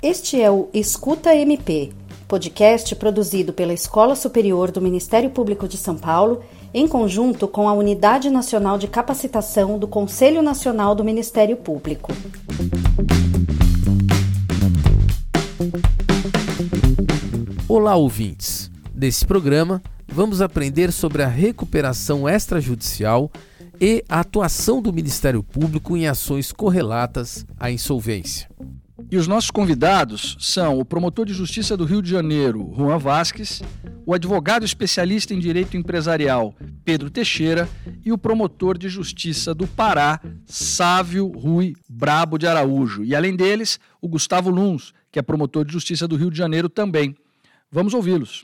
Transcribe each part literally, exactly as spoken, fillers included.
Este é o Escuta M P, podcast produzido pela Escola Superior do Ministério Público de São Paulo, em conjunto com a Unidade Nacional de Capacitação do Conselho Nacional do Ministério Público. Olá, ouvintes! Nesse programa, vamos aprender sobre a recuperação extrajudicial e a atuação do Ministério Público em ações correlatas à insolvência. E os nossos convidados são o promotor de justiça do Rio de Janeiro, Juan Vasques, o advogado especialista em direito empresarial, Pedro Teixeira, e o promotor de justiça do Pará, Sávio Rui Brabo de Araújo. E além deles, o Gustavo Luns, que é promotor de justiça do Rio de Janeiro também. Vamos ouvi-los.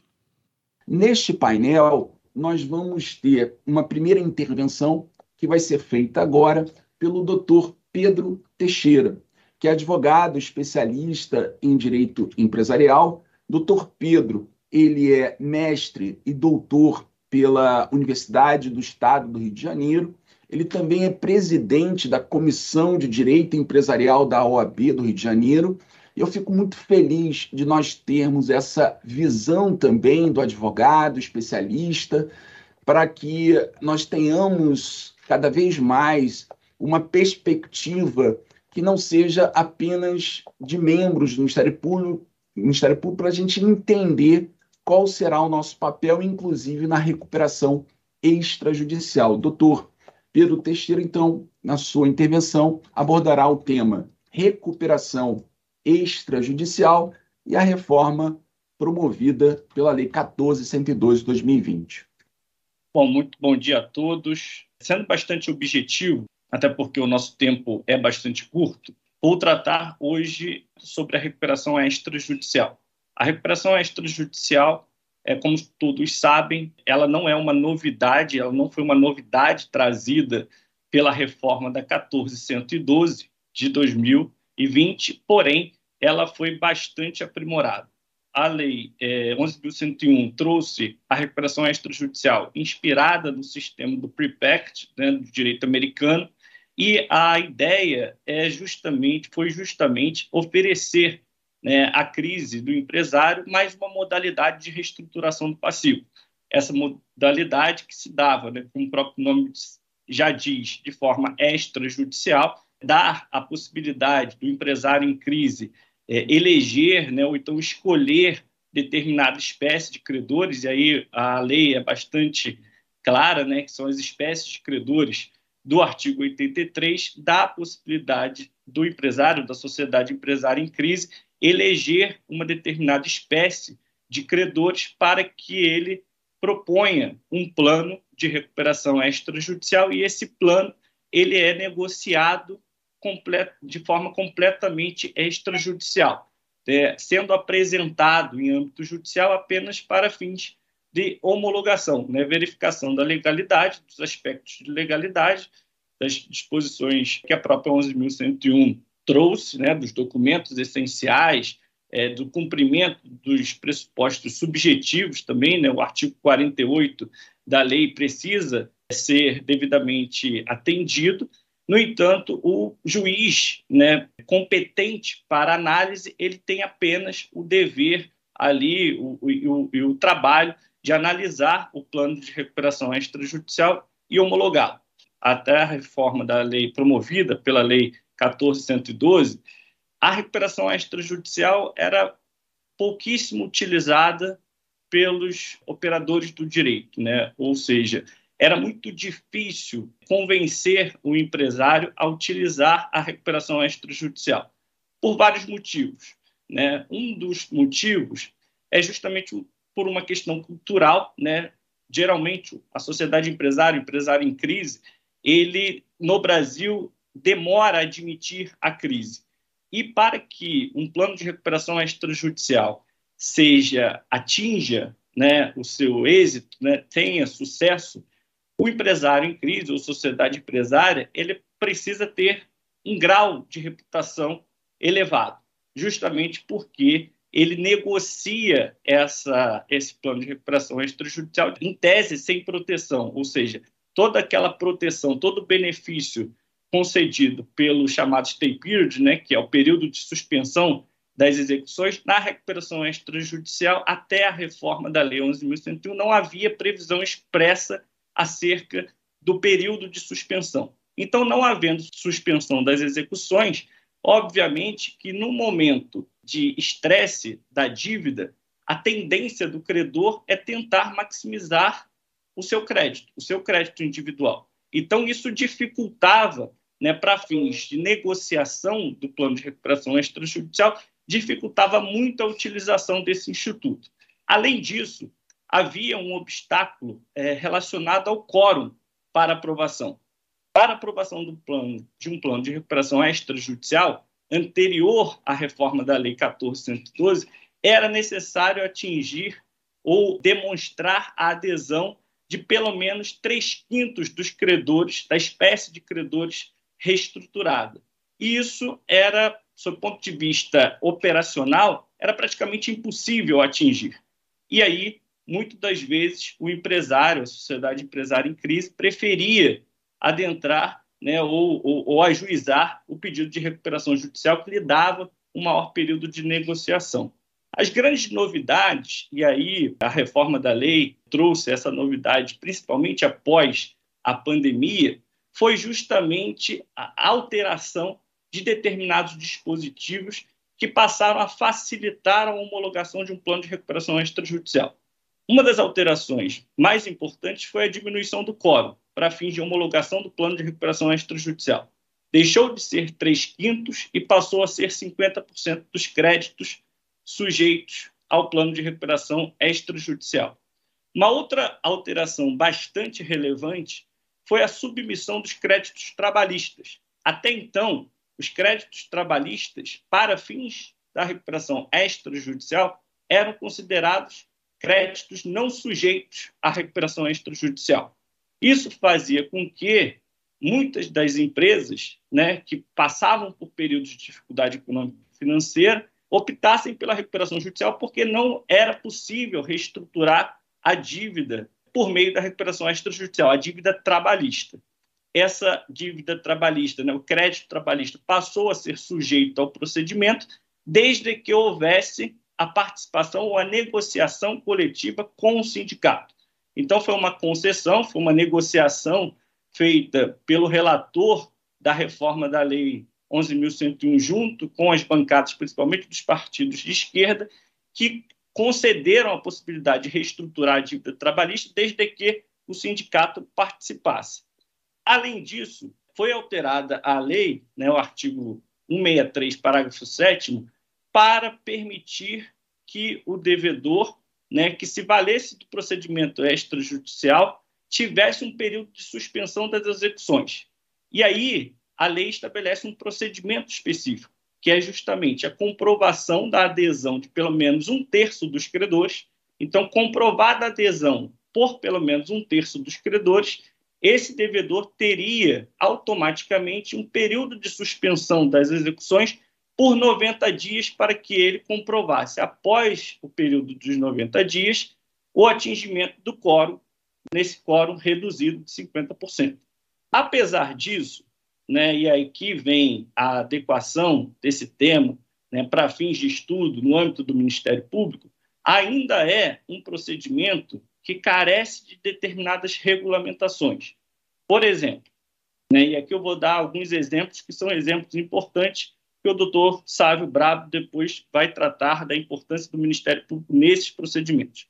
Neste painel, nós vamos ter uma primeira intervenção que vai ser feita agora pelo doutor Pedro Teixeira, que é advogado especialista em direito empresarial. doutor Pedro, ele é mestre e doutor pela Universidade do Estado do Rio de Janeiro. Ele também é presidente da Comissão de Direito Empresarial da O A B do Rio de Janeiro. Eu fico muito feliz de nós termos essa visão também do advogado especialista, para que nós tenhamos cada vez mais uma perspectiva que não seja apenas de membros do Ministério Público, Ministério Público, para a gente entender qual será o nosso papel, inclusive na recuperação extrajudicial. Doutor Pedro Teixeira, então, na sua intervenção, abordará o tema recuperação extrajudicial e a reforma promovida pela Lei quatorze cento e doze de dois mil e vinte. Bom, muito bom dia a todos. Sendo bastante objetivo, até porque o nosso tempo é bastante curto, vou tratar hoje sobre a recuperação extrajudicial. A recuperação extrajudicial, é, como todos sabem, ela não é uma novidade, ela não foi uma novidade trazida pela reforma da quatorze cento e doze de dois mil e vinte, porém, ela foi bastante aprimorada. A Lei é, onze mil cento e um trouxe a recuperação extrajudicial inspirada no sistema do PREPACT, né, do direito americano, e a ideia é justamente, foi justamente oferecer, né, à crise do empresário mais uma modalidade de reestruturação do passivo. Essa modalidade que se dava, né, como o próprio nome já diz, de forma extrajudicial, dar a possibilidade do empresário em crise é, eleger, né, ou então escolher determinada espécie de credores, e aí a lei é bastante clara, né, que são as espécies de credores do artigo oitenta e três, dá a possibilidade do empresário, da sociedade empresária em crise, eleger uma determinada espécie de credores para que ele proponha um plano de recuperação extrajudicial, e esse plano ele é negociado de forma completamente extrajudicial, é, sendo apresentado em âmbito judicial apenas para fins de homologação, né, verificação da legalidade, dos aspectos de legalidade, das disposições que a própria onze mil cento e um trouxe, né, dos documentos essenciais, é, do cumprimento dos pressupostos subjetivos também, né, o artigo quarenta e oito da lei precisa ser devidamente atendido. No entanto, o juiz, né, competente para análise, ele tem apenas o dever ali, o, o, o, o trabalho de analisar o plano de recuperação extrajudicial e homologá-lo. Até a reforma da lei promovida pela Lei quatorze cento e doze, a recuperação extrajudicial era pouquíssimo utilizada pelos operadores do direito, né? Ou seja, era muito difícil convencer o empresário a utilizar a recuperação extrajudicial, por vários motivos, né? Um dos motivos é justamente por uma questão cultural, né? Geralmente, a sociedade empresária, o empresário em crise, ele, no Brasil, demora a admitir a crise. E para que um plano de recuperação extrajudicial seja, atinja, né, o seu êxito, né, tenha sucesso, o empresário em crise, ou sociedade empresária, ele precisa ter um grau de reputação elevado, justamente porque ele negocia essa, esse plano de recuperação extrajudicial, em tese, sem proteção, ou seja, toda aquela proteção, todo o benefício concedido pelo chamado stay period, né, que é o período de suspensão das execuções, na recuperação extrajudicial, até a reforma da Lei onze mil cento e um, não havia previsão expressa acerca do período de suspensão. Então, não havendo suspensão das execuções, obviamente que no momento de estresse da dívida, a tendência do credor é tentar maximizar o seu crédito, o seu crédito individual. Então, isso dificultava, né, para fins de negociação do plano de recuperação extrajudicial, dificultava muito a utilização desse instituto. Além disso, havia um obstáculo é, relacionado ao quórum para aprovação. Para aprovação do plano, de um plano de recuperação extrajudicial, anterior à reforma da Lei quatorze mil cento e doze, era necessário atingir ou demonstrar a adesão de pelo menos três quintos dos credores, da espécie de credores reestruturada. E isso era, sob o ponto de vista operacional, era praticamente impossível atingir. E aí, muitas das vezes, o empresário, a sociedade empresária em crise, preferia adentrar, né, ou, ou, ou ajuizar o pedido de recuperação judicial que lhe dava um maior período de negociação. As grandes novidades, e aí a reforma da lei trouxe essa novidade, principalmente após a pandemia, foi justamente a alteração de determinados dispositivos que passaram a facilitar a homologação de um plano de recuperação extrajudicial. Uma das alterações mais importantes foi a diminuição do quórum para fins de homologação do plano de recuperação extrajudicial. Deixou de ser três quintos e passou a ser cinquenta por cento dos créditos sujeitos ao plano de recuperação extrajudicial. Uma outra alteração bastante relevante foi a submissão dos créditos trabalhistas. Até então, os créditos trabalhistas, para fins da recuperação extrajudicial, eram considerados créditos não sujeitos à recuperação extrajudicial. Isso fazia com que muitas das empresas, né, que passavam por períodos de dificuldade econômica e financeira optassem pela recuperação judicial porque não era possível reestruturar a dívida por meio da recuperação extrajudicial, a dívida trabalhista. Essa dívida trabalhista, né, o crédito trabalhista, passou a ser sujeito ao procedimento desde que houvesse a participação ou a negociação coletiva com o sindicato. Então, foi uma concessão, foi uma negociação feita pelo relator da reforma da Lei onze mil cento e um, junto com as bancadas, principalmente dos partidos de esquerda, que concederam a possibilidade de reestruturar a dívida trabalhista desde que o sindicato participasse. Além disso, foi alterada a lei, né, o artigo cento e sessenta e três, parágrafo sétimo, para permitir que o devedor, né, que se valesse do procedimento extrajudicial, tivesse um período de suspensão das execuções. E aí, a lei estabelece um procedimento específico, que é justamente a comprovação da adesão de pelo menos um terço dos credores. Então, comprovada a adesão por pelo menos um terço dos credores, esse devedor teria automaticamente um período de suspensão das execuções por noventa dias para que ele comprovasse, após o período dos noventa dias, o atingimento do quórum, nesse quórum reduzido de cinquenta por cento. Apesar disso, né, e aí que vem a adequação desse tema, né, para fins de estudo no âmbito do Ministério Público, ainda é um procedimento que carece de determinadas regulamentações. Por exemplo, né, e aqui eu vou dar alguns exemplos que são exemplos importantes, que o doutor Sávio Brabo depois vai tratar da importância do Ministério Público nesses procedimentos.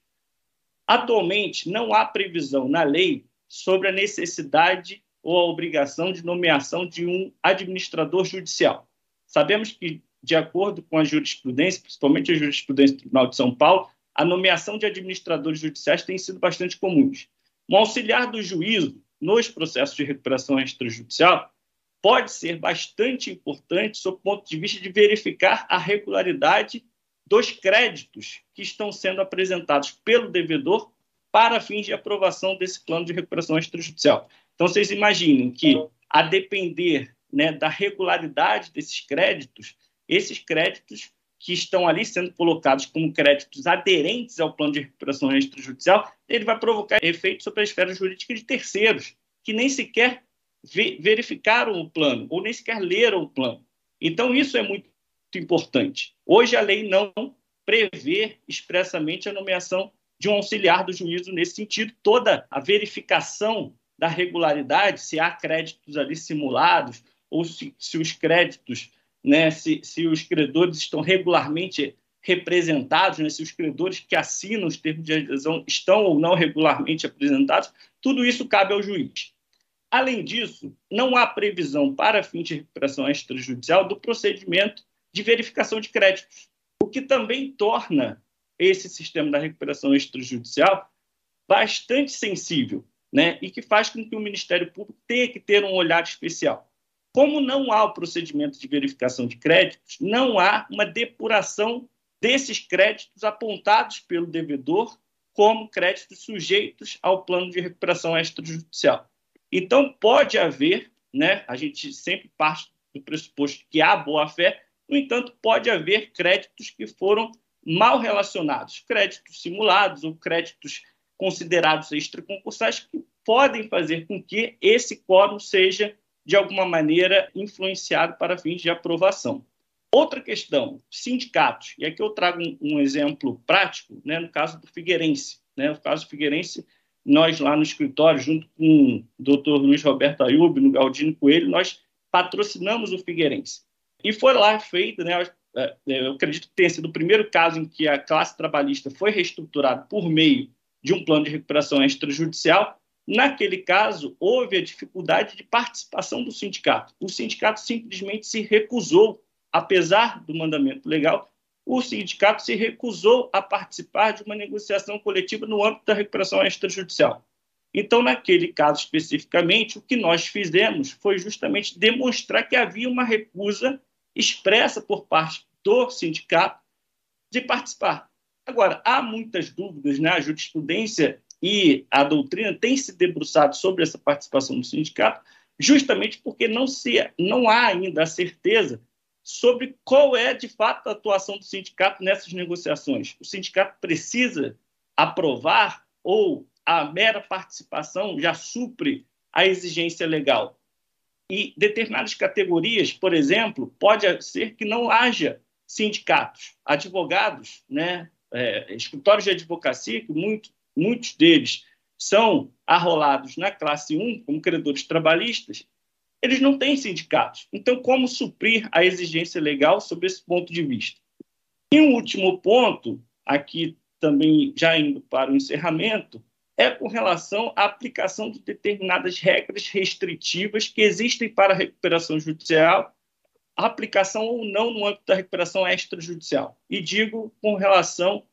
Atualmente, não há previsão na lei sobre a necessidade ou a obrigação de nomeação de um administrador judicial. Sabemos que, de acordo com a jurisprudência, principalmente a jurisprudência do Tribunal de São Paulo, a nomeação de administradores judiciais tem sido bastante comuns. Um auxiliar do juízo nos processos de recuperação extrajudicial pode ser bastante importante sob o ponto de vista de verificar a regularidade dos créditos que estão sendo apresentados pelo devedor para fins de aprovação desse plano de recuperação extrajudicial. Então, vocês imaginem que, a depender, né, da regularidade desses créditos, esses créditos que estão ali sendo colocados como créditos aderentes ao plano de recuperação extrajudicial, ele vai provocar efeitos sobre a esfera jurídica de terceiros, que nem sequer verificaram o plano, ou nem sequer leram o plano. Então, isso é muito importante. Hoje a lei não prevê expressamente a nomeação de um auxiliar do juízo nesse sentido. Toda a verificação da regularidade, se há créditos ali simulados, ou se, se os créditos, né, se, se os credores estão regularmente representados, né, se os credores que assinam os termos de adesão estão ou não regularmente apresentados, tudo isso cabe ao juiz. Além disso, não há previsão para fins de recuperação extrajudicial do procedimento de verificação de créditos, o que também torna esse sistema da recuperação extrajudicial bastante sensível, né, e que faz com que o Ministério Público tenha que ter um olhar especial. Como não há o procedimento de verificação de créditos, não há uma depuração desses créditos apontados pelo devedor como créditos sujeitos ao plano de recuperação extrajudicial. Então, pode haver, né, a gente sempre parte do pressuposto que há boa-fé, no entanto, pode haver créditos que foram mal relacionados, créditos simulados ou créditos considerados extraconcursais que podem fazer com que esse quórum seja, de alguma maneira, influenciado para fins de aprovação. Outra questão, sindicatos. E aqui eu trago um, um exemplo prático, né, no caso do Figueirense. Né, no caso do Figueirense, nós lá no escritório, junto com o doutor Luiz Roberto Ayub, no Galdino Coelho, nós patrocinamos o Figueirense. E foi lá feito, né, eu acredito que tenha sido o primeiro caso em que a classe trabalhista foi reestruturada por meio de um plano de recuperação extrajudicial. Naquele caso, houve a dificuldade de participação do sindicato. O sindicato simplesmente se recusou, apesar do mandamento legal, o sindicato se recusou a participar de uma negociação coletiva no âmbito da recuperação extrajudicial. Então, naquele caso especificamente, o que nós fizemos foi justamente demonstrar que havia uma recusa expressa por parte do sindicato de participar. Agora, há muitas dúvidas, né? A jurisprudência e a doutrina têm se debruçado sobre essa participação do sindicato, justamente porque não, se, não há ainda a certeza sobre qual é, de fato, a atuação do sindicato nessas negociações. O sindicato precisa aprovar ou a mera participação já supre a exigência legal? E determinadas categorias, por exemplo, pode ser que não haja sindicatos, advogados, né, é, escritórios de advocacia, que muito, muitos deles são arrolados na classe um, como credores trabalhistas, eles não têm sindicatos. Então, como suprir a exigência legal sob esse ponto de vista? E um último ponto, aqui também já indo para o encerramento, é com relação à aplicação de determinadas regras restritivas que existem para a recuperação judicial, a aplicação ou não no âmbito da recuperação extrajudicial. E digo com relação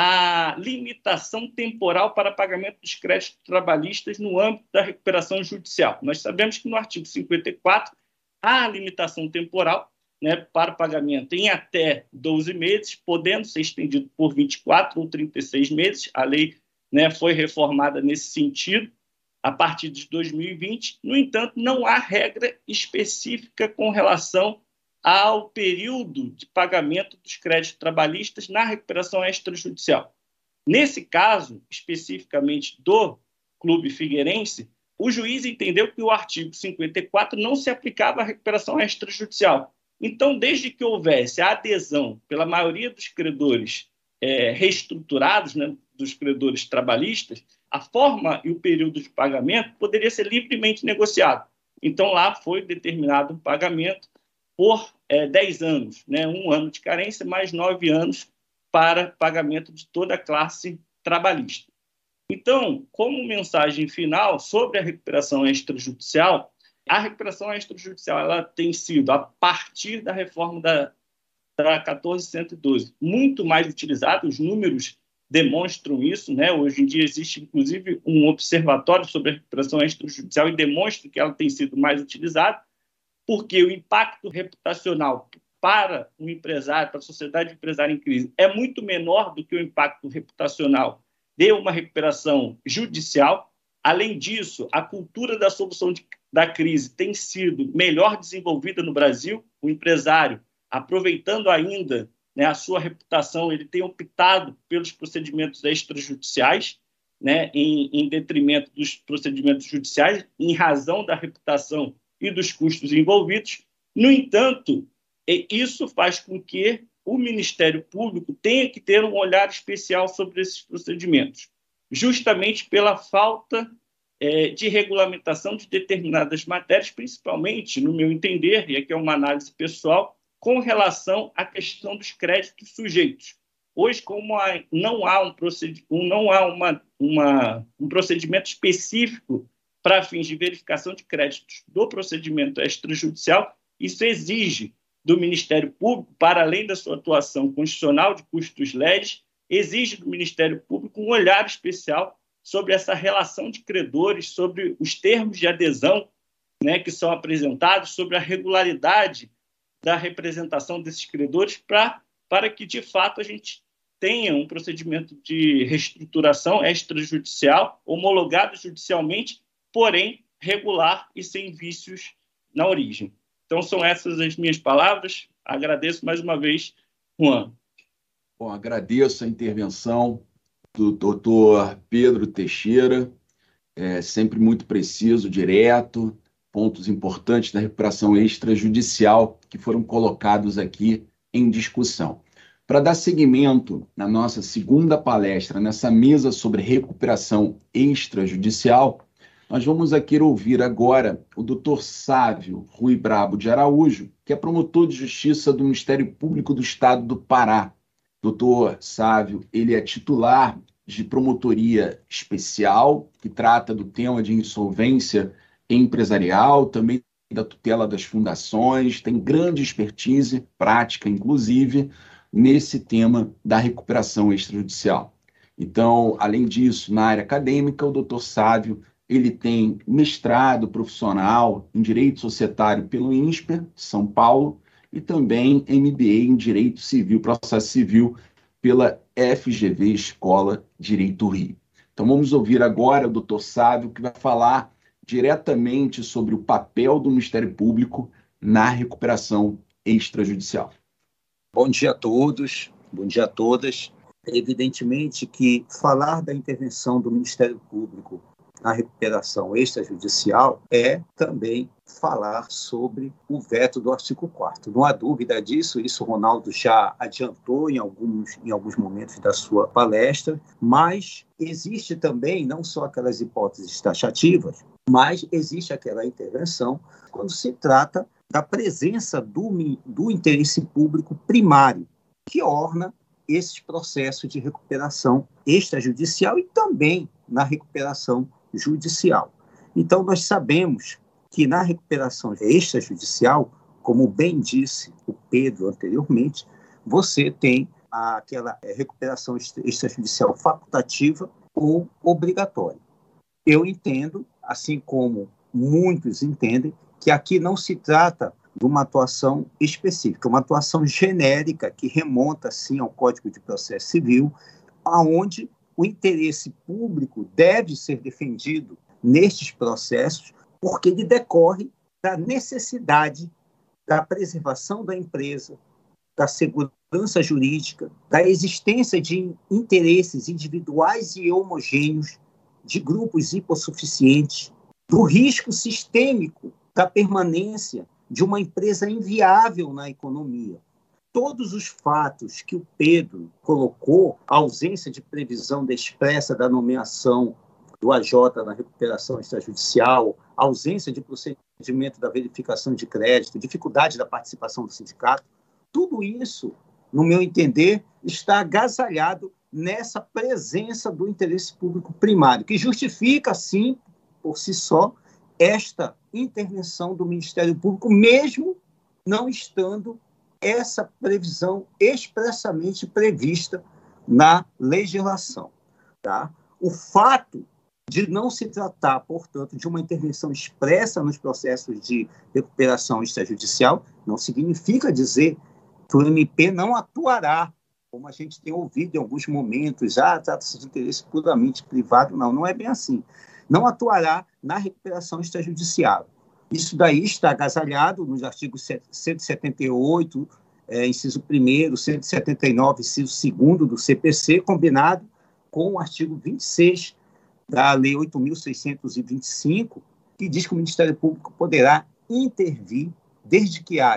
à limitação temporal para pagamento dos créditos trabalhistas no âmbito da recuperação judicial. Nós sabemos que no artigo cinquenta e quatro há a limitação temporal, né, para pagamento em até doze meses, podendo ser estendido por vinte e quatro ou trinta e seis meses. A lei, né, foi reformada nesse sentido a partir de dois mil e vinte. No entanto, não há regra específica com relação ao período de pagamento dos créditos trabalhistas na recuperação extrajudicial. Nesse caso, especificamente do Clube Figueirense, o juiz entendeu que o artigo cinquenta e quatro não se aplicava à recuperação extrajudicial. Então, desde que houvesse a adesão pela maioria dos credores é, reestruturados, né, dos credores trabalhistas, a forma e o período de pagamento poderia ser livremente negociado. Então, lá foi determinado um pagamento por é, dez anos, né, um ano de carência, mais nove anos para pagamento de toda a classe trabalhista. Então, como mensagem final sobre a recuperação extrajudicial, a recuperação extrajudicial ela tem sido, a partir da reforma da, da quatorze cento e doze, muito mais utilizada. Os números demonstram isso, né? Hoje em dia existe, inclusive, um observatório sobre a recuperação extrajudicial e demonstra que ela tem sido mais utilizada, porque o impacto reputacional para o empresário, para a sociedade empresária em crise, é muito menor do que o impacto reputacional de uma recuperação judicial. Além disso, a cultura da solução de, da crise tem sido melhor desenvolvida no Brasil. O empresário, aproveitando ainda, né, a sua reputação, ele tem optado pelos procedimentos extrajudiciais, né, em, em detrimento dos procedimentos judiciais, em razão da reputação e dos custos envolvidos. No entanto, E isso faz com que o Ministério Público tenha que ter um olhar especial sobre esses procedimentos, justamente pela falta é, de regulamentação de determinadas matérias, principalmente, no meu entender, e aqui é uma análise pessoal, com relação à questão dos créditos sujeitos. Hoje, como há, não há, um, proced... não há uma, uma, um procedimento específico para fins de verificação de créditos do procedimento extrajudicial, isso exige do Ministério Público, para além da sua atuação constitucional de custos leves, exige do Ministério Público um olhar especial sobre essa relação de credores, sobre os termos de adesão, né, que são apresentados, sobre a regularidade da representação desses credores, pra, para que, de fato, a gente tenha um procedimento de reestruturação extrajudicial, homologado judicialmente, porém regular e sem vícios na origem. Então, são essas as minhas palavras. Agradeço mais uma vez, Juan. Bom, agradeço a intervenção do doutor Pedro Teixeira, é sempre muito preciso, direto, pontos importantes da recuperação extrajudicial que foram colocados aqui em discussão. Para dar seguimento na nossa segunda palestra, nessa mesa sobre recuperação extrajudicial, nós vamos aqui ouvir agora o doutor Sávio Rui Brabo de Araújo, que é promotor de justiça do Ministério Público do Estado do Pará. Doutor Sávio, ele é titular de promotoria especial, que trata do tema de insolvência empresarial, também da tutela das fundações, tem grande expertise, prática inclusive, nesse tema da recuperação extrajudicial. Então, além disso, na área acadêmica, o doutor Sávio ele tem mestrado profissional em Direito Societário pelo INSPER, São Paulo, e também M B A em Direito Civil, Processo Civil, pela F G V Escola Direito Rio. Então vamos ouvir agora o doutor Sávio, que vai falar diretamente sobre o papel do Ministério Público na recuperação extrajudicial. Bom dia a todos, bom dia a todas. Evidentemente que falar da intervenção do Ministério Público na recuperação extrajudicial é também falar sobre o veto do artigo quarto. Não há dúvida disso, isso o Ronaldo já adiantou em alguns, em alguns momentos da sua palestra, mas existe também não só aquelas hipóteses taxativas, mas existe aquela intervenção quando se trata da presença do, do interesse público primário, que orna esses processos de recuperação extrajudicial e também na recuperação judicial. Então, nós sabemos que na recuperação extrajudicial, como bem disse o Pedro anteriormente, você tem aquela recuperação extrajudicial facultativa ou obrigatória. Eu entendo, assim como muitos entendem, que aqui não se trata de uma atuação específica, uma atuação genérica que remonta, sim, ao Código de Processo Civil, aonde o interesse público deve ser defendido nestes processos, porque ele decorre da necessidade da preservação da empresa, da segurança jurídica, da existência de interesses individuais e homogêneos de grupos hipossuficientes, do risco sistêmico da permanência de uma empresa inviável na economia. Todos os fatos que o Pedro colocou, a ausência de previsão expressa da nomeação do A J na recuperação extrajudicial, a ausência de procedimento da verificação de crédito, dificuldade da participação do sindicato, tudo isso, no meu entender, está agasalhado nessa presença do interesse público primário, que justifica, sim, por si só, esta intervenção do Ministério Público, mesmo não estando essa previsão expressamente prevista na legislação. Tá? O fato de não se tratar, portanto, de uma intervenção expressa nos processos de recuperação extrajudicial não significa dizer que o M P não atuará, como a gente tem ouvido em alguns momentos, ah, trata-se de interesse puramente privado. Não, não é bem assim. Não atuará na recuperação extrajudicial. Isso daí está agasalhado nos artigos cento e setenta e oito, é, inciso primeiro, cento e setenta e nove, inciso segundo do C P C, combinado com o artigo vinte e seis da Lei oito mil seiscentos e vinte e cinco, que diz que o Ministério Público poderá intervir desde que haja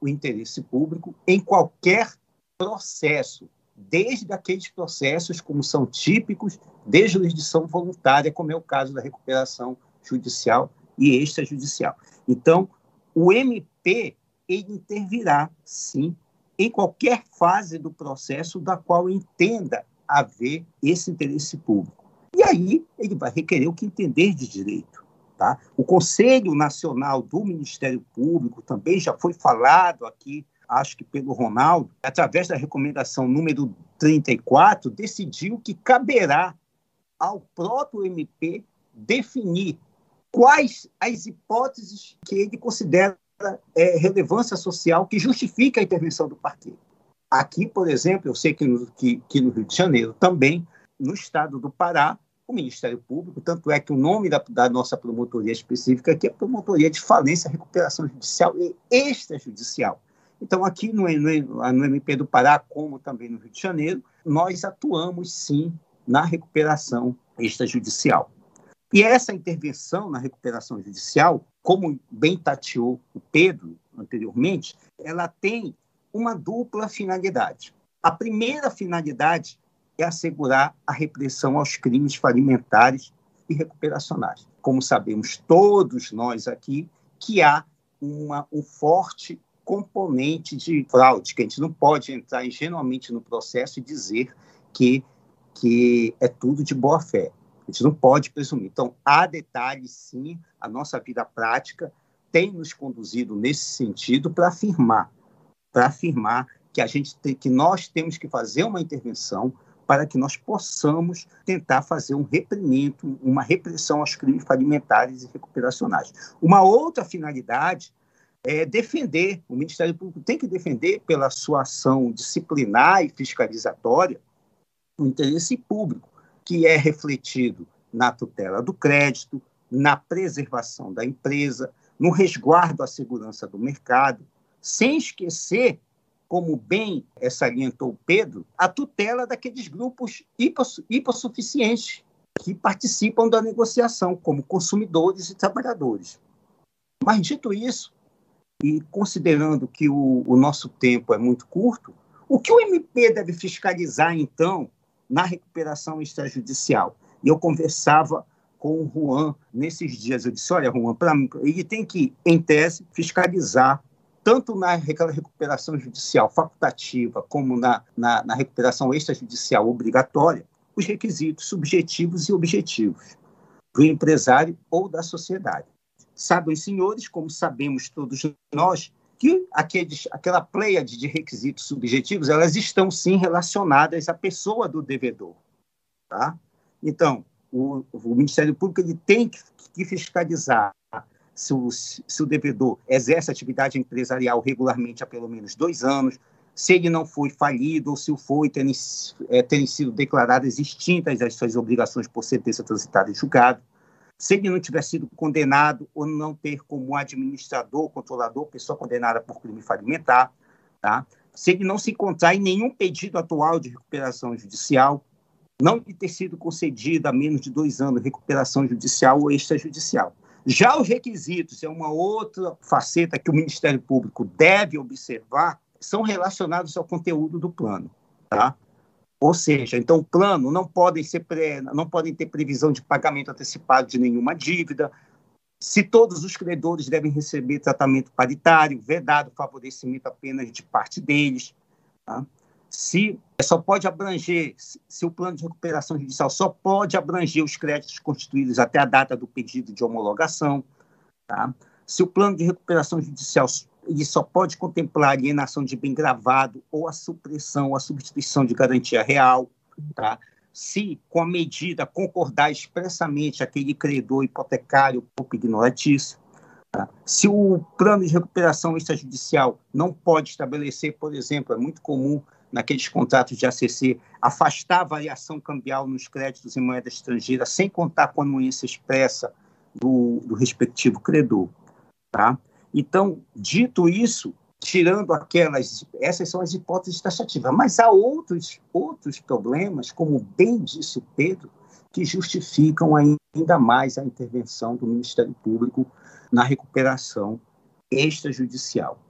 o interesse público em qualquer processo, desde aqueles processos como são típicos de jurisdição voluntária, como é o caso da recuperação judicial e extrajudicial. Então, o M P ele intervirá, sim, em qualquer fase do processo da qual entenda haver esse interesse público. E aí ele vai requerer o que entender de direito. Tá? O Conselho Nacional do Ministério Público também já foi falado aqui, acho que pelo Ronaldo, através da recomendação número trinta e quatro, decidiu que caberá ao próprio M P definir quais as hipóteses que ele considera é, relevância social que justifica a intervenção do parqueiro. Aqui, por exemplo, eu sei que no, que, que no Rio de Janeiro também, no estado do Pará, o Ministério Público, tanto é que o nome da, da nossa promotoria específica aqui é Promotoria de Falência, Recuperação Judicial e Extrajudicial. Então, aqui no, no, no M P do Pará, como também no Rio de Janeiro, nós atuamos, sim, na recuperação extrajudicial. E essa intervenção na recuperação judicial, como bem tateou o Pedro anteriormente, ela tem uma dupla finalidade. A primeira finalidade é assegurar a repressão aos crimes falimentares e recuperacionais. Como sabemos todos nós aqui, que há uma, um forte componente de fraude, que a gente não pode entrar ingenuamente no processo e dizer que, que é tudo de boa-fé. A gente não pode presumir. Então, há detalhes, sim, a nossa vida prática tem nos conduzido nesse sentido para afirmar, para afirmar que, a gente tem, que nós temos que fazer uma intervenção para que nós possamos tentar fazer um reprimento, uma repressão aos crimes falimentares e recuperacionais. Uma outra finalidade é defender, o Ministério Público tem que defender, pela sua ação disciplinar e fiscalizatória, o interesse público, que é refletido na tutela do crédito, na preservação da empresa, no resguardo à segurança do mercado, sem esquecer, como bem salientou o Pedro, a tutela daqueles grupos hipossuficientes que participam da negociação, como consumidores e trabalhadores. Mas, dito isso, e considerando que o, o nosso tempo é muito curto, o que o M P deve fiscalizar, então, na recuperação extrajudicial? E eu conversava com o Juan nesses dias. Eu disse, olha, Juan, pra mim, ele tem que, em tese, fiscalizar tanto na recuperação judicial facultativa como na, na, na recuperação extrajudicial obrigatória, os requisitos subjetivos e objetivos do empresário ou da sociedade. Sabem, senhores, como sabemos todos nós, que aqueles, aquela pleiade de requisitos subjetivos, elas estão, sim, relacionadas à pessoa do devedor. Tá? Então, o, o Ministério Público ele tem que, que fiscalizar se o, se o devedor exerce atividade empresarial regularmente há pelo menos dois anos, se ele não foi falido ou se o foi, terem, é, terem sido declaradas extintas as suas obrigações por sentença transitada em julgado, se ele não tiver sido condenado ou não ter como administrador, controlador, pessoa condenada por crime falimentar, tá? Se ele não se encontrar em nenhum pedido atual de recuperação judicial, não ter sido concedida há menos de dois anos recuperação judicial ou extrajudicial. Já os requisitos, é uma outra faceta que o Ministério Público deve observar, são relacionados ao conteúdo do plano, tá? Ou seja, então o plano não pode ser pré, não podem ter previsão de pagamento antecipado de nenhuma dívida, se todos os credores devem receber tratamento paritário, vedado favorecimento apenas de parte deles, tá? Se só pode abranger, se o plano de recuperação judicial só pode abranger os créditos constituídos até a data do pedido de homologação, tá? Se o plano de recuperação judicial ele só pode contemplar a alienação de bem gravado ou a supressão ou a substituição de garantia real, tá? Se, com a medida, concordar expressamente aquele credor hipotecário ou ignoratício, tá? Se o plano de recuperação extrajudicial não pode estabelecer, por exemplo, é muito comum naqueles contratos de A C C, afastar a variação cambial nos créditos em moeda estrangeira sem contar com a anuência expressa do, do respectivo credor, tá? Então, dito isso, tirando aquelas, essas são as hipóteses taxativas, mas há outros, outros problemas, como bem disse o Pedro, que justificam ainda mais a intervenção do Ministério Público na recuperação extrajudicial.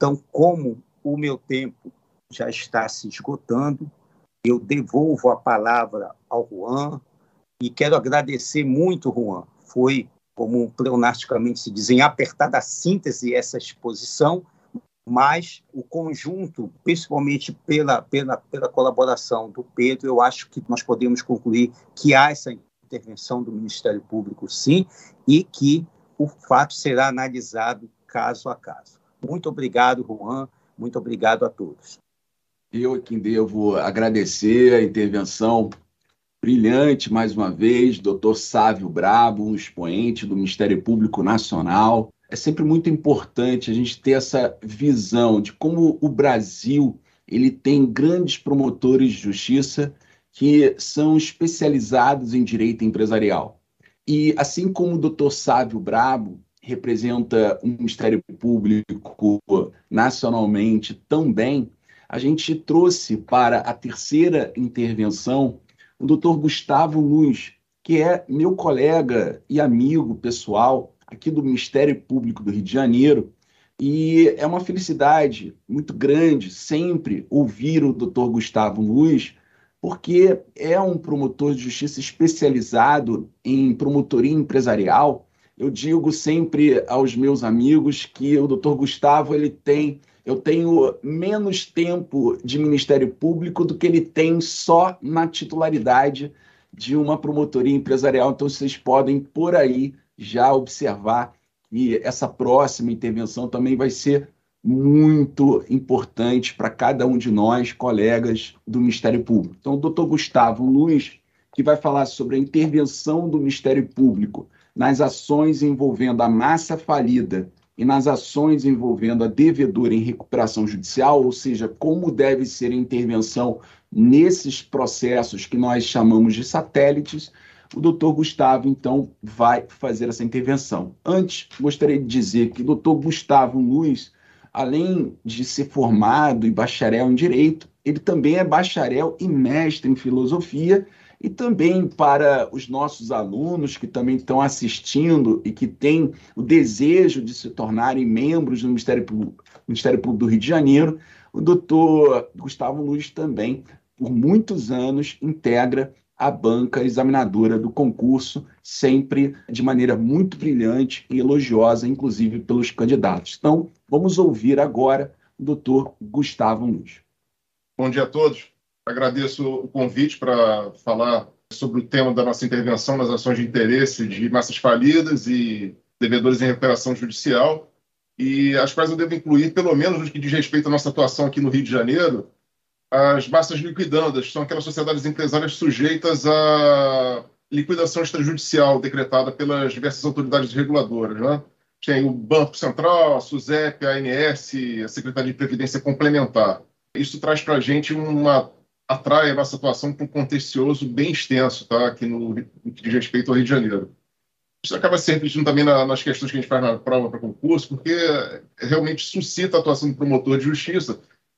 Então, como o meu tempo já está se esgotando, eu devolvo a palavra ao Juan e quero agradecer muito, Juan. Foi, como pleonasticamente se diz, em apertada síntese essa exposição, mas o conjunto, principalmente pela, pela, pela colaboração do Pedro, eu acho que nós podemos concluir que há essa intervenção do Ministério Público, sim, e que o fato será analisado caso a caso. Muito obrigado, Juan. Muito obrigado a todos. Eu quem devo agradecer a intervenção brilhante, mais uma vez, doutor Sávio Brabo, um expoente do Ministério Público Nacional. É sempre muito importante a gente ter essa visão de como o Brasil ele tem grandes promotores de justiça que são especializados em direito empresarial. E assim como o doutor Sávio Brabo representa o Ministério Público nacionalmente também, a gente trouxe para a terceira intervenção o doutor Gustavo Luz, que é meu colega e amigo pessoal aqui do Ministério Público do Rio de Janeiro, e é uma felicidade muito grande sempre ouvir o doutor Gustavo Luz, porque é um promotor de justiça especializado em promotoria empresarial. Eu digo sempre aos meus amigos que o doutor Gustavo ele tem, eu tenho menos tempo de Ministério Público do que ele tem só na titularidade de uma promotoria empresarial. Então, vocês podem, por aí, já observar que essa próxima intervenção também vai ser muito importante para cada um de nós, colegas do Ministério Público. Então, o doutor Gustavo Luz, que vai falar sobre a intervenção do Ministério Público nas ações envolvendo a massa falida e nas ações envolvendo a devedora em recuperação judicial, ou seja, como deve ser a intervenção nesses processos que nós chamamos de satélites, o doutor Gustavo, então, vai fazer essa intervenção. Antes, gostaria de dizer que o doutor Gustavo Luz, além de ser formado e bacharel em Direito, ele também é bacharel e mestre em Filosofia, e também para os nossos alunos que também estão assistindo e que têm o desejo de se tornarem membros do Ministério Público, Ministério Público do Rio de Janeiro, o doutor Gustavo Luz também, por muitos anos, integra a banca examinadora do concurso, sempre de maneira muito brilhante e elogiosa, inclusive pelos candidatos. Então, vamos ouvir agora o doutor Gustavo Luz. Bom dia a todos. Agradeço o convite para falar sobre o tema da nossa intervenção nas ações de interesse de massas falidas e devedores em recuperação judicial, e as quais eu devo incluir, pelo menos no que diz respeito à nossa atuação aqui no Rio de Janeiro, as massas liquidandas, que são aquelas sociedades empresárias sujeitas à liquidação extrajudicial decretada pelas diversas autoridades reguladoras, né? Tem o Banco Central, a SUSEP, a ANS, a Secretaria de Previdência Complementar. Isso traz para a gente uma... atrai a nossa atuação para um contencioso bem extenso, tá? Aqui no, no que diz respeito ao Rio de Janeiro. Isso acaba se refletindo também na, nas questões que a gente faz na prova para concurso, porque realmente suscita a atuação do promotor de justiça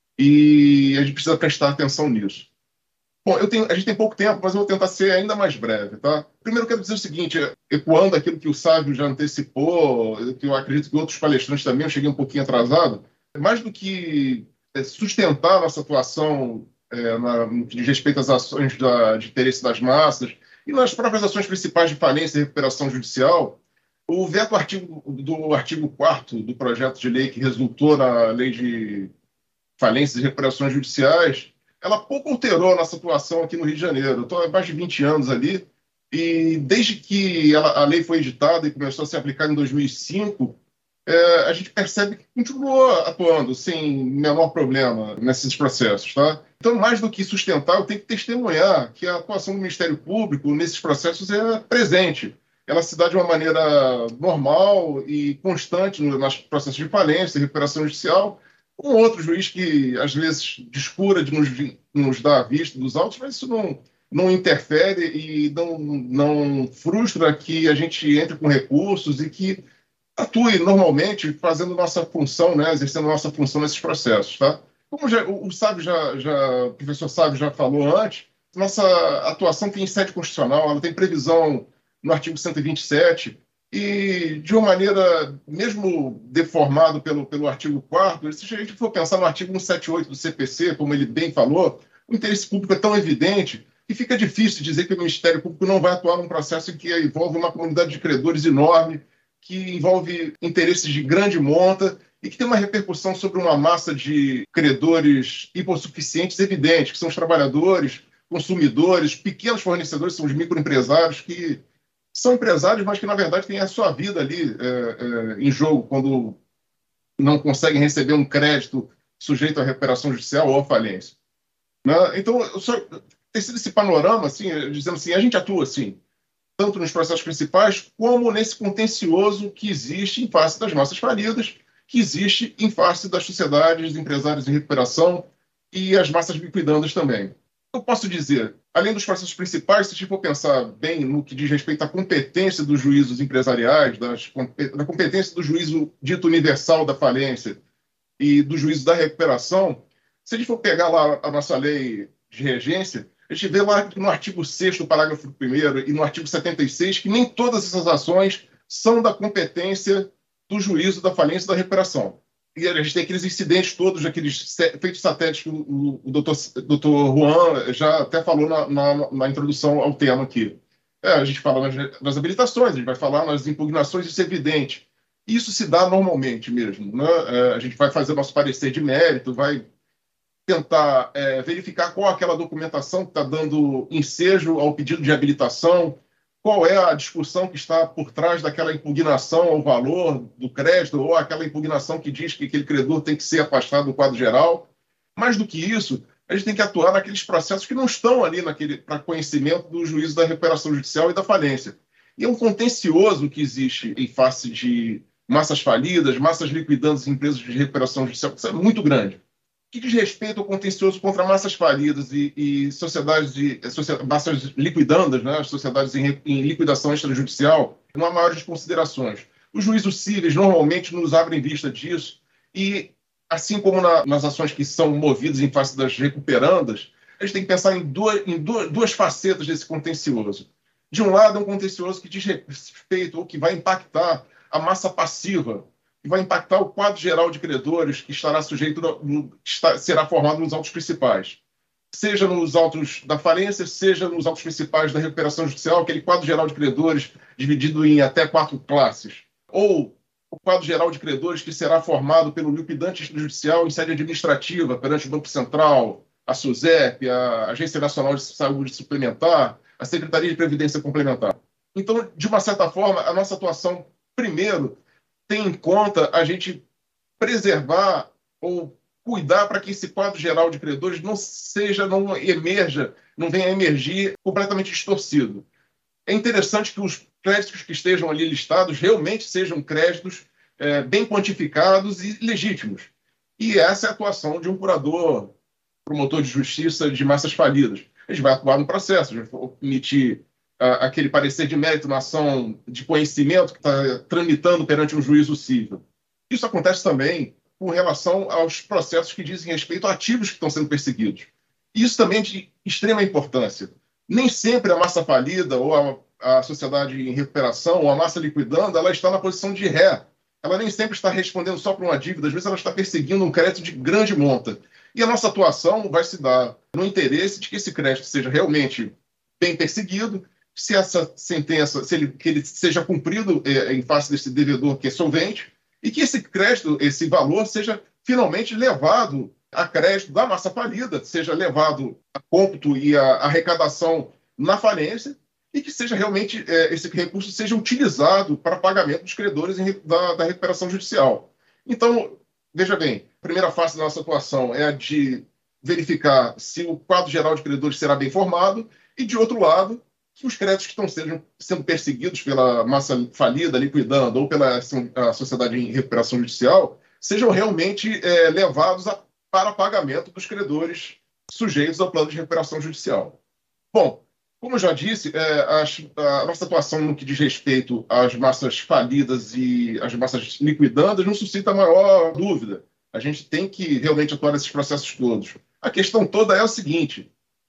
e a gente precisa prestar atenção nisso. Bom, eu tenho, a gente tem pouco tempo, mas eu vou tentar ser ainda mais breve, tá? Primeiro, eu quero dizer o seguinte, ecoando aquilo que o Sávio já antecipou, que eu acredito que outros palestrantes também, eu cheguei um pouquinho atrasado, mais do que sustentar a nossa atuação é, na, no que diz respeito às ações da, de interesse das massas e nas próprias ações principais de falência e recuperação judicial, o veto artigo, do artigo quarto do projeto de lei que resultou na lei de falências e recuperações judiciais, ela pouco alterou a nossa atuação aqui no Rio de Janeiro. Eu estou há mais de vinte anos ali, e desde que ela, a lei foi editada e começou a ser aplicada em dois mil e cinco, é, a gente percebe que continuou atuando sem menor problema nesses processos. Tá? Então, mais do que sustentar, eu tenho que testemunhar que a atuação do Ministério Público nesses processos é presente. Ela se dá de uma maneira normal e constante nos processos de falência e recuperação judicial. Um outro juiz que, às vezes, descura de nos, nos dar a vista dos autos, mas isso não, não interfere e não, não frustra que a gente entre com recursos e que atue normalmente fazendo nossa função, né, exercendo nossa função nesses processos. Tá? Como já, o, o, Sábio já, já, o professor Sávio já falou antes, nossa atuação tem sede constitucional, ela tem previsão no artigo cento e vinte e sete, e de uma maneira, mesmo deformado pelo, pelo artigo quarto, se a gente for pensar no artigo cento e setenta e oito do C P C, como ele bem falou, o interesse público é tão evidente que fica difícil dizer que o Ministério Público não vai atuar num processo em que envolve uma comunidade de credores enorme, que envolve interesses de grande monta e que tem uma repercussão sobre uma massa de credores hipossuficientes evidente, que são os trabalhadores, consumidores, pequenos fornecedores, são os microempresários que são empresários, mas que, na verdade, têm a sua vida ali é, é, em jogo quando não conseguem receber um crédito sujeito à recuperação judicial ou à falência. Né? Então, só ter sido esse panorama, assim, dizendo assim, a gente atua assim, tanto nos processos principais, como nesse contencioso que existe em face das massas falidas, que existe em face das sociedades, empresários em recuperação e as massas liquidandas também. Eu posso dizer, além dos processos principais, se a gente for pensar bem no que diz respeito à competência dos juízos empresariais, das, da competência do juízo dito universal da falência e do juízo da recuperação, se a gente for pegar lá a nossa lei de regência, a gente vê lá no artigo sexto, parágrafo primeiro, e no artigo setenta e seis, que nem todas essas ações são da competência do juízo da falência e da recuperação. E a gente tem aqueles incidentes todos, aqueles feitos satélites que o, o doutor, doutor Juan já até falou na, na, na introdução ao tema aqui. É, a gente fala nas, nas habilitações, a gente vai falar nas impugnações, isso é evidente. Isso se dá normalmente mesmo. Né? É, a gente vai fazer nosso parecer de mérito, vai tentar é, verificar qual é aquela documentação que está dando ensejo ao pedido de habilitação, qual é a discussão que está por trás daquela impugnação ao valor do crédito ou aquela impugnação que diz que aquele credor tem que ser afastado do quadro geral. Mais do que isso, a gente tem que atuar naqueles processos que não estão ali para conhecimento do juízo da recuperação judicial e da falência. E é um contencioso que existe em face de massas falidas, massas liquidantes em empresas de recuperação judicial, que isso é muito grande. O que diz respeito ao contencioso contra massas falidas e, e sociedades de sociedade, massas liquidandas, né, as sociedades em, em liquidação extrajudicial, não há maiores considerações. Os juízos cíveis normalmente nos abrem vista disso e, assim como na, nas ações que são movidas em face das recuperandas, a gente tem que pensar em duas, em duas, duas facetas desse contencioso. De um lado, é um contencioso que diz respeito ou que vai impactar a massa passiva, que vai impactar o quadro geral de credores que estará sujeito, no, está, será formado nos autos principais. Seja nos autos da falência, seja nos autos principais da recuperação judicial, aquele quadro geral de credores dividido em até quatro classes. Ou o quadro geral de credores que será formado pelo liquidante judicial em sede administrativa, perante o Banco Central, a SUSEP, a Agência Nacional de Saúde Suplementar, a Secretaria de Previdência Complementar. Então, de uma certa forma, a nossa atuação, primeiro, tem em conta a gente preservar ou cuidar para que esse quadro geral de credores não seja, não emerja, não venha a emergir completamente distorcido. É interessante que os créditos que estejam ali listados realmente sejam créditos é, bem quantificados e legítimos. E essa é a atuação de um curador, promotor de justiça de massas falidas. A gente vai atuar no processo, a gente vai emitir aquele parecer de mérito na ação de conhecimento que está tramitando perante um juízo cível. Isso acontece também com relação aos processos que dizem respeito a ativos que estão sendo perseguidos. Isso também é de extrema importância. Nem sempre a massa falida ou a, a sociedade em recuperação ou a massa liquidando, ela está na posição de ré. Ela nem sempre está respondendo só para uma dívida, às vezes ela está perseguindo um crédito de grande monta. E a nossa atuação vai se dar no interesse de que esse crédito seja realmente bem perseguido, se essa sentença, se ele, que ele seja cumprido é, em face desse devedor que é solvente, e que esse crédito, esse valor, seja finalmente levado a crédito da massa falida, seja levado a cômputo e a arrecadação na falência, e que seja realmente é, esse recurso seja utilizado para pagamento dos credores em, da, da recuperação judicial. Então, veja bem, a primeira fase da nossa atuação é a de verificar se o quadro geral de credores será bem formado, e, de outro lado, que os créditos que estão sendo, sendo perseguidos pela massa falida, liquidando, ou pela a sociedade em recuperação judicial, sejam realmente é, levados a, para pagamento dos credores sujeitos ao plano de recuperação judicial. Bom, como eu já disse, é, a, a nossa atuação no que diz respeito às massas falidas e às massas liquidandas não suscita a maior dúvida. A gente tem que realmente atuar nesses processos todos. A questão toda é o seguinte: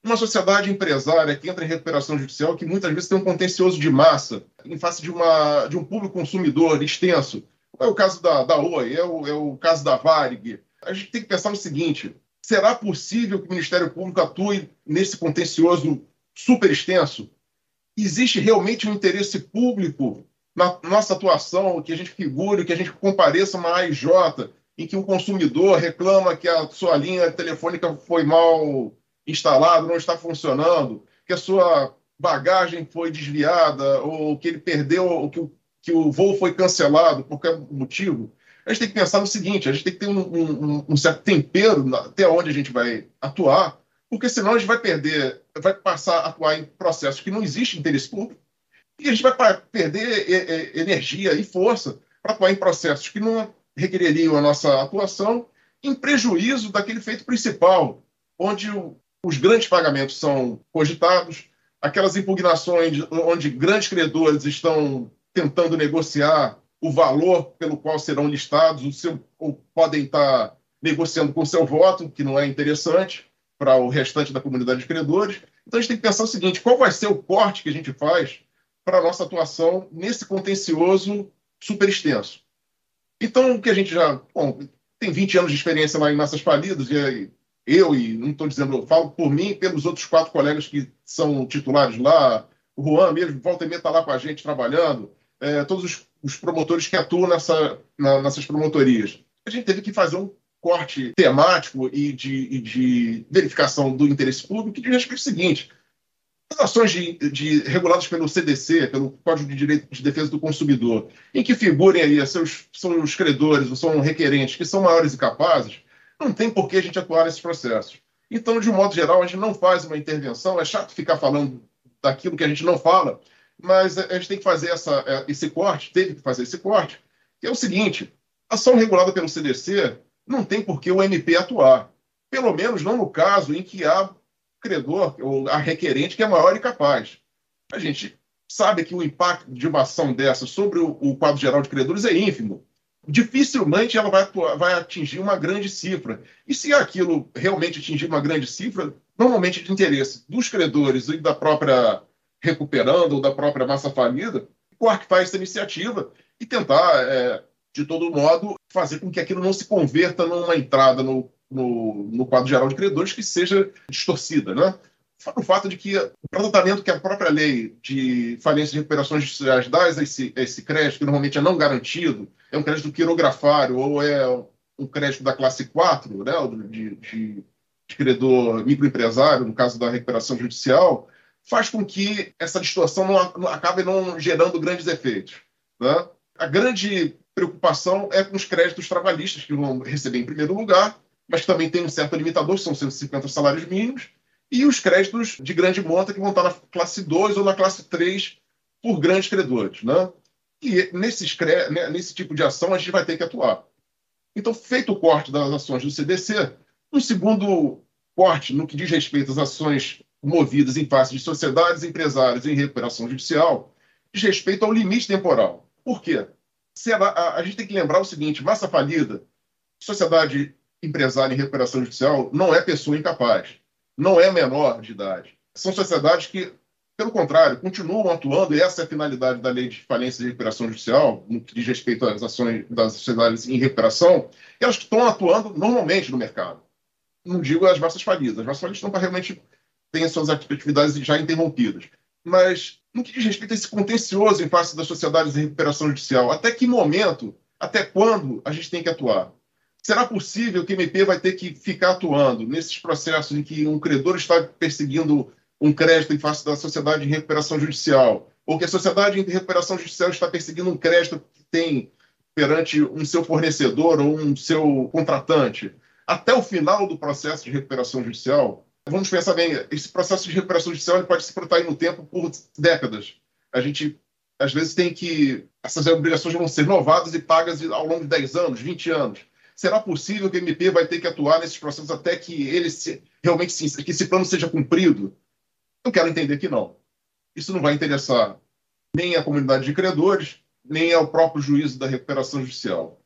Uma sociedade empresária que entra em recuperação judicial, que muitas vezes tem um contencioso de massa, em face de, uma, de um público consumidor extenso. É o caso da, da Oi, é o, é o caso da Varig. A gente tem que pensar no seguinte: será possível que o Ministério Público atue nesse contencioso super extenso? Existe realmente um interesse público na nossa atuação, que a gente figure, que a gente compareça uma A I J, em que um consumidor reclama que a sua linha telefônica foi mal instalada, não está funcionando, que a sua bagagem foi desviada, ou que ele perdeu, ou que o, que o voo foi cancelado por qualquer motivo? A gente tem que pensar no seguinte: a gente tem que ter um, um, um certo tempero até onde a gente vai atuar, porque senão a gente vai perder, vai passar a atuar em processos que não existe interesse público, e a gente vai perder energia e força para atuar em processos que não requereriam a nossa atuação, em prejuízo daquele feito principal, onde o, os grandes pagamentos são cogitados, aquelas impugnações onde grandes credores estão tentando negociar o valor pelo qual serão listados, o seu, ou podem estar negociando com o seu voto, que não é interessante para o restante da comunidade de credores. Então a gente tem que pensar o seguinte: qual vai ser o corte que a gente faz para a nossa atuação nesse contencioso super extenso? Então, o que a gente já... Bom, tem vinte anos de experiência lá em Massas Falidas, e eu, e não estou dizendo, eu falo por mim e pelos outros quatro colegas que são titulares lá, o Juan mesmo, volta e meia está lá com a gente trabalhando, é, todos os, os promotores que atuam nessa, na, nessas promotorias. A gente teve que fazer um corte temático e de, e de verificação do interesse público, que diz respeito ao seguinte: as ações de, de, reguladas pelo C D C, pelo Código de Direito de Defesa do Consumidor, em que figurem aí seus, são os credores ou são requerentes que são maiores e capazes, não tem por que a gente atuar nesses processos. Então, de um modo geral, a gente não faz uma intervenção. É chato ficar falando daquilo que a gente não fala, mas a gente tem que fazer essa, esse corte, teve que fazer esse corte, que é o seguinte: ação regulada pelo C D C não tem por que o M P atuar, pelo menos não no caso em que há credor ou a requerente que é maior e capaz. A gente sabe que o impacto de uma ação dessa sobre o, o quadro geral de credores é ínfimo. Dificilmente ela vai, atuar, vai atingir uma grande cifra. E se aquilo realmente atingir uma grande cifra, normalmente de interesse dos credores e da própria recuperando ou da própria massa falida, coartar essa iniciativa e tentar, é, de todo modo, fazer com que aquilo não se converta numa entrada no No, no quadro geral de credores que seja distorcida, né? O fato de que o tratamento que a própria lei de falência e recuperações judiciais dá a esse, esse crédito, que normalmente é não garantido, é um crédito quirografário ou é um crédito da classe quatro, né? de, de, de credor microempresário, no caso da recuperação judicial, faz com que essa distorção não, não acabe não gerando grandes efeitos, né? A grande preocupação é com os créditos trabalhistas, que vão receber em primeiro lugar, mas que também tem um certo limitador, que são cento e cinquenta salários mínimos, e os créditos de grande monta, que vão estar na classe dois ou na classe três por grandes credores, né? E nesses, nesse tipo de ação a gente vai ter que atuar. Então, feito o corte das ações do C D C, um segundo corte no que diz respeito às ações movidas em face de sociedades empresárias em recuperação judicial, diz respeito ao limite temporal. Por quê? Se ela, a, a gente tem que lembrar o seguinte: massa falida, sociedade empresário em recuperação judicial, não é pessoa incapaz, não é menor de idade. São sociedades que, pelo contrário, continuam atuando, e essa é a finalidade da Lei de Falência e Recuperação Judicial, no que diz respeito às ações das sociedades em recuperação, elas estão atuando normalmente no mercado. Não digo as massas falidas, as massas falidas estão para realmente ter suas atividades já interrompidas. Mas, no que diz respeito a esse contencioso em face das sociedades em recuperação judicial, até que momento, até quando a gente tem que atuar? Será possível que o M P vai ter que ficar atuando nesses processos em que um credor está perseguindo um crédito em face da sociedade em recuperação judicial, ou que a sociedade em recuperação judicial está perseguindo um crédito que tem perante um seu fornecedor ou um seu contratante, até o final do processo de recuperação judicial? Vamos pensar bem, esse processo de recuperação judicial ele pode se protrair no tempo por décadas. A gente, às vezes, tem que... Essas obrigações vão ser renovadas e pagas ao longo de dez anos, vinte anos. Será possível que o M P vai ter que atuar nesses processos até que ele se, realmente se, que esse plano seja cumprido? Eu quero entender que não. Isso não vai interessar nem a comunidade de credores, nem ao próprio juízo da recuperação judicial.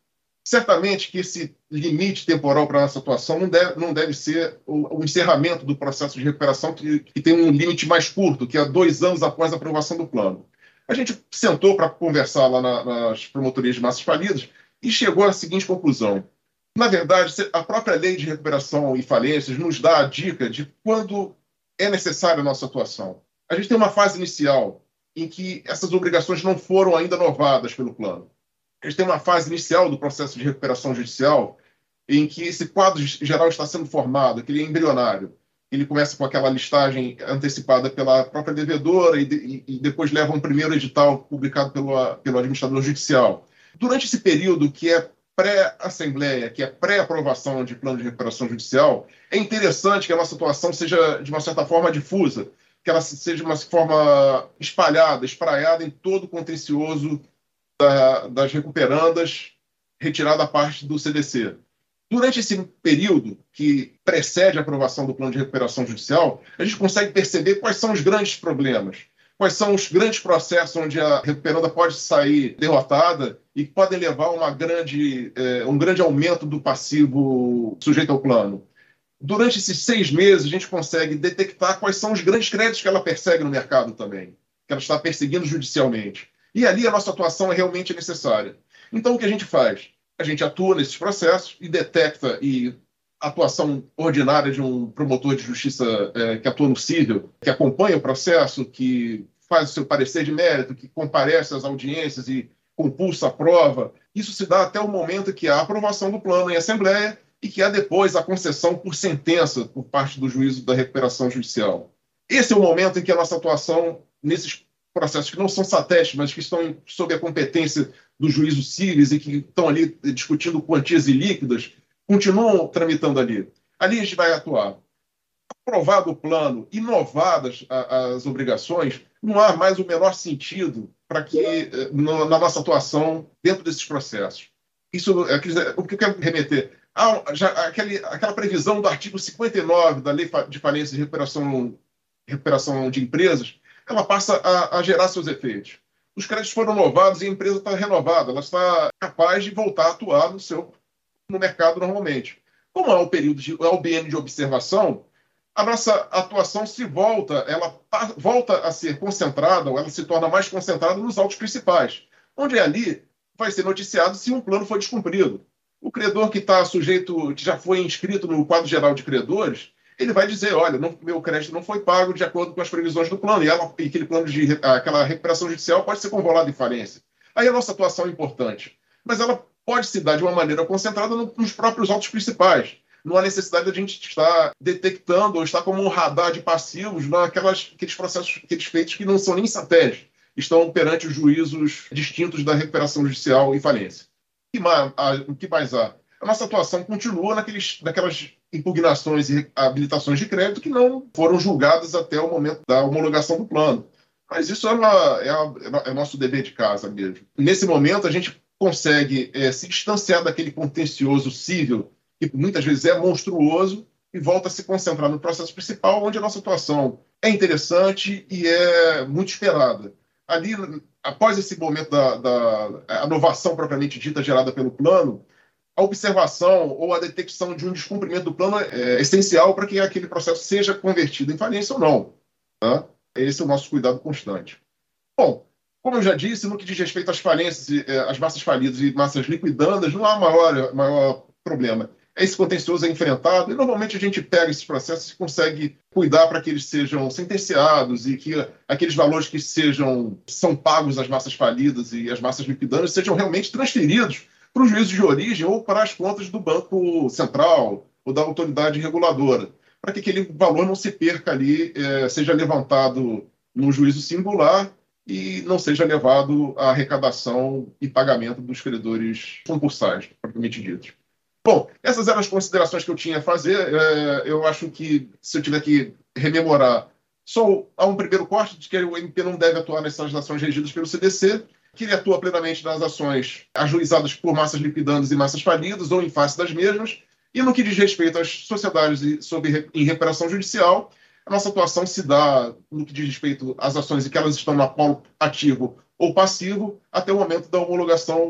Certamente que esse limite temporal para a nossa atuação não deve, não deve ser o, o encerramento do processo de recuperação, que, que tem um limite mais curto, que é dois anos após a aprovação do plano. A gente sentou para conversar lá na, nas promotorias de massas falidas e chegou à seguinte conclusão. Na verdade, a própria lei de recuperação e falências nos dá a dica de quando é necessária a nossa atuação. A gente tem uma fase inicial em que essas obrigações não foram ainda novadas pelo plano. A gente tem uma fase inicial do processo de recuperação judicial em que esse quadro geral está sendo formado, que ele é embrionário. Ele começa com aquela listagem antecipada pela própria devedora e, de, e depois leva um primeiro edital publicado pelo, pelo administrador judicial. Durante esse período que é pré-assembleia, que é pré-aprovação de plano de recuperação judicial, é interessante que a nossa atuação seja, de uma certa forma, difusa, que ela seja de uma forma espalhada, espraiada em todo o contencioso da, das recuperandas, retirada a parte do C D C. Durante esse período que precede a aprovação do plano de recuperação judicial, a gente consegue perceber quais são os grandes problemas, quais são os grandes processos onde a recuperanda pode sair derrotada e que podem levar a uma grande, eh, um grande aumento do passivo sujeito ao plano. Durante esses seis meses, a gente consegue detectar quais são os grandes créditos que ela persegue no mercado também, que ela está perseguindo judicialmente. E ali a nossa atuação é realmente necessária. Então, o que a gente faz? A gente atua nesses processos e detecta, e a atuação ordinária de um promotor de justiça é, que atua no cível, que acompanha o processo, que faz o seu parecer de mérito, que comparece às audiências e compulsa a prova. Isso se dá até o momento que há a aprovação do plano em assembleia e que há depois a concessão por sentença por parte do juízo da recuperação judicial. Esse é o momento em que a nossa atuação, nesses processos que não são satélites, mas que estão sob a competência dos juízos cíveis e que estão ali discutindo quantias ilíquidas, continuam tramitando ali. Ali a gente vai atuar. Aprovado o plano, inovadas as obrigações, não há mais o menor sentido para que, na nossa atuação dentro desses processos. Isso, o que eu quero remeter? Ah, já, aquele, aquela previsão do artigo cinquenta e nove da Lei de Falência e Recuperação, recuperação de Empresas, ela passa a, a gerar seus efeitos. Os créditos foram novados e a empresa está renovada, ela está capaz de voltar a atuar no, seu, no mercado normalmente. Como há o período de, há o biênio de observação, a nossa atuação se volta, ela volta a ser concentrada, ou ela se torna mais concentrada nos autos principais, onde ali vai ser noticiado se um plano foi descumprido. O credor que está sujeito, que já foi inscrito no quadro geral de credores, ele vai dizer, olha, não, meu crédito não foi pago de acordo com as previsões do plano, e, ela, e aquele plano de, aquela recuperação judicial pode ser convolado em falência. Aí a nossa atuação é importante, mas ela pode se dar de uma maneira concentrada no, nos próprios autos principais. Não há necessidade de a gente estar detectando ou estar como um radar de passivos naquelas, aqueles processos, aqueles feitos que não são nem satélites, estão perante os juízos distintos da recuperação judicial e falência. O que mais, o que mais há? A nossa atuação continua naqueles, naquelas impugnações e habilitações de crédito que não foram julgadas até o momento da homologação do plano. Mas isso é, uma, é, a, é nosso dever de casa mesmo. Nesse momento, a gente consegue é, se distanciar daquele contencioso cível, que muitas vezes é monstruoso, e volta a se concentrar no processo principal, onde a nossa atuação é interessante e é muito esperada. Ali, após esse momento da, da inovação propriamente dita gerada pelo plano, a observação ou a detecção de um descumprimento do plano é essencial para que aquele processo seja convertido em falência ou não. Tá? Esse é o nosso cuidado constante. Bom, como eu já disse, no que diz respeito às falências, às massas falidas e massas liquidandas, não há maior, maior problema. Esse contencioso é enfrentado e normalmente a gente pega esses processos e consegue cuidar para que eles sejam sentenciados e que aqueles valores que sejam, são pagos às massas falidas e às massas liquidandas sejam realmente transferidos para o juízo de origem ou para as contas do Banco Central ou da autoridade reguladora, para que aquele valor não se perca ali, é, seja levantado num juízo singular e não seja levado à arrecadação e pagamento dos credores concursais, propriamente ditos. Bom, essas eram as considerações que eu tinha a fazer. É, eu acho que, se eu tiver que rememorar, só há um primeiro corte de que o M P não deve atuar nessas ações regidas pelo C D C, que ele atua plenamente nas ações ajuizadas por massas liquidandas e massas falidas ou em face das mesmas, e no que diz respeito às sociedades sob, em recuperação judicial, a nossa atuação se dá no que diz respeito às ações em que elas estão no polo ativo ou passivo até o momento da homologação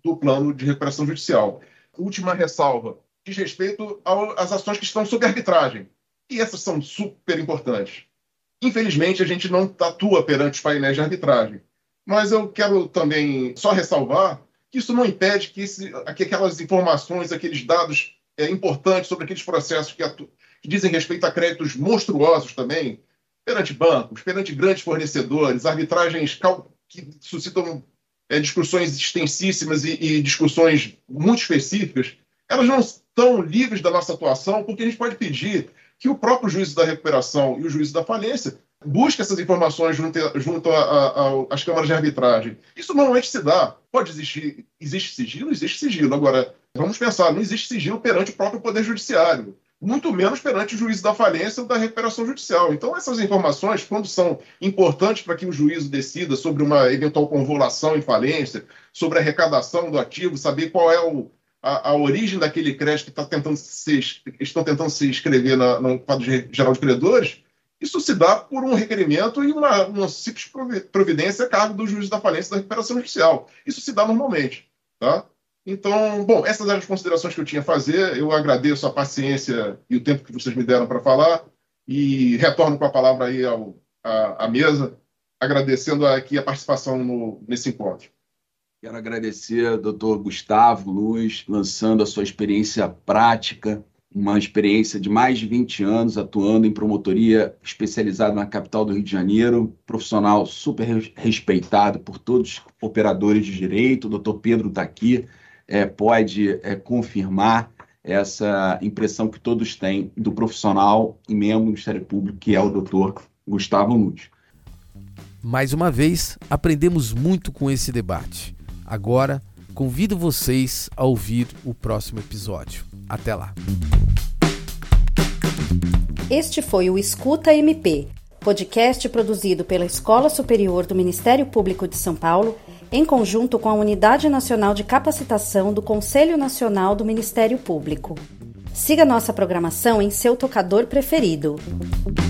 do plano de recuperação judicial. Última ressalva, diz respeito às ações que estão sob arbitragem. E essas são super importantes. Infelizmente, a gente não atua perante os painéis de arbitragem. Mas eu quero também só ressalvar que isso não impede que, esse, que aquelas informações, aqueles dados é, importantes sobre aqueles processos que, atu, que dizem respeito a créditos monstruosos também, perante bancos, perante grandes fornecedores, arbitragens que suscitam é, discussões extensíssimas e, e discussões muito específicas, elas não estão livres da nossa atuação, porque a gente pode pedir que o próprio juízo da recuperação e o juízo da falência busquem essas informações junto, junto às câmaras de arbitragem. Isso normalmente se dá. Pode existir, existe sigilo? Existe sigilo. Agora, vamos pensar, não existe sigilo perante o próprio Poder Judiciário, muito menos perante o juízo da falência ou da recuperação judicial. Então, essas informações, quando são importantes para que o juízo decida sobre uma eventual convolução em falência, sobre a arrecadação do ativo, saber qual é o A, a origem daquele crédito que tá tentando se, estão tentando se inscrever na, no quadro geral de credores, isso se dá por um requerimento e uma, uma simples providência a cargo do juiz da falência e da recuperação judicial. Isso se dá normalmente. Tá? Então, bom, essas eram as considerações que eu tinha a fazer. Eu agradeço a paciência e o tempo que vocês me deram para falar e retorno com a palavra aí ao, à, à mesa, agradecendo aqui a participação no, nesse encontro. Quero agradecer ao doutor Gustavo Luz, lançando a sua experiência prática, uma experiência de mais de vinte anos atuando em promotoria especializada na capital do Rio de Janeiro, profissional super respeitado por todos os operadores de direito. O doutor Pedro está aqui, é, pode é, confirmar essa impressão que todos têm do profissional e membro do Ministério Público, que é o doutor Gustavo Luz. Mais uma vez, aprendemos muito com esse debate. Agora, convido vocês a ouvir o próximo episódio. Até lá. Este foi o Escuta M P, podcast produzido pela Escola Superior do Ministério Público de São Paulo, em conjunto com a Unidade Nacional de Capacitação do Conselho Nacional do Ministério Público. Siga nossa programação em seu tocador preferido.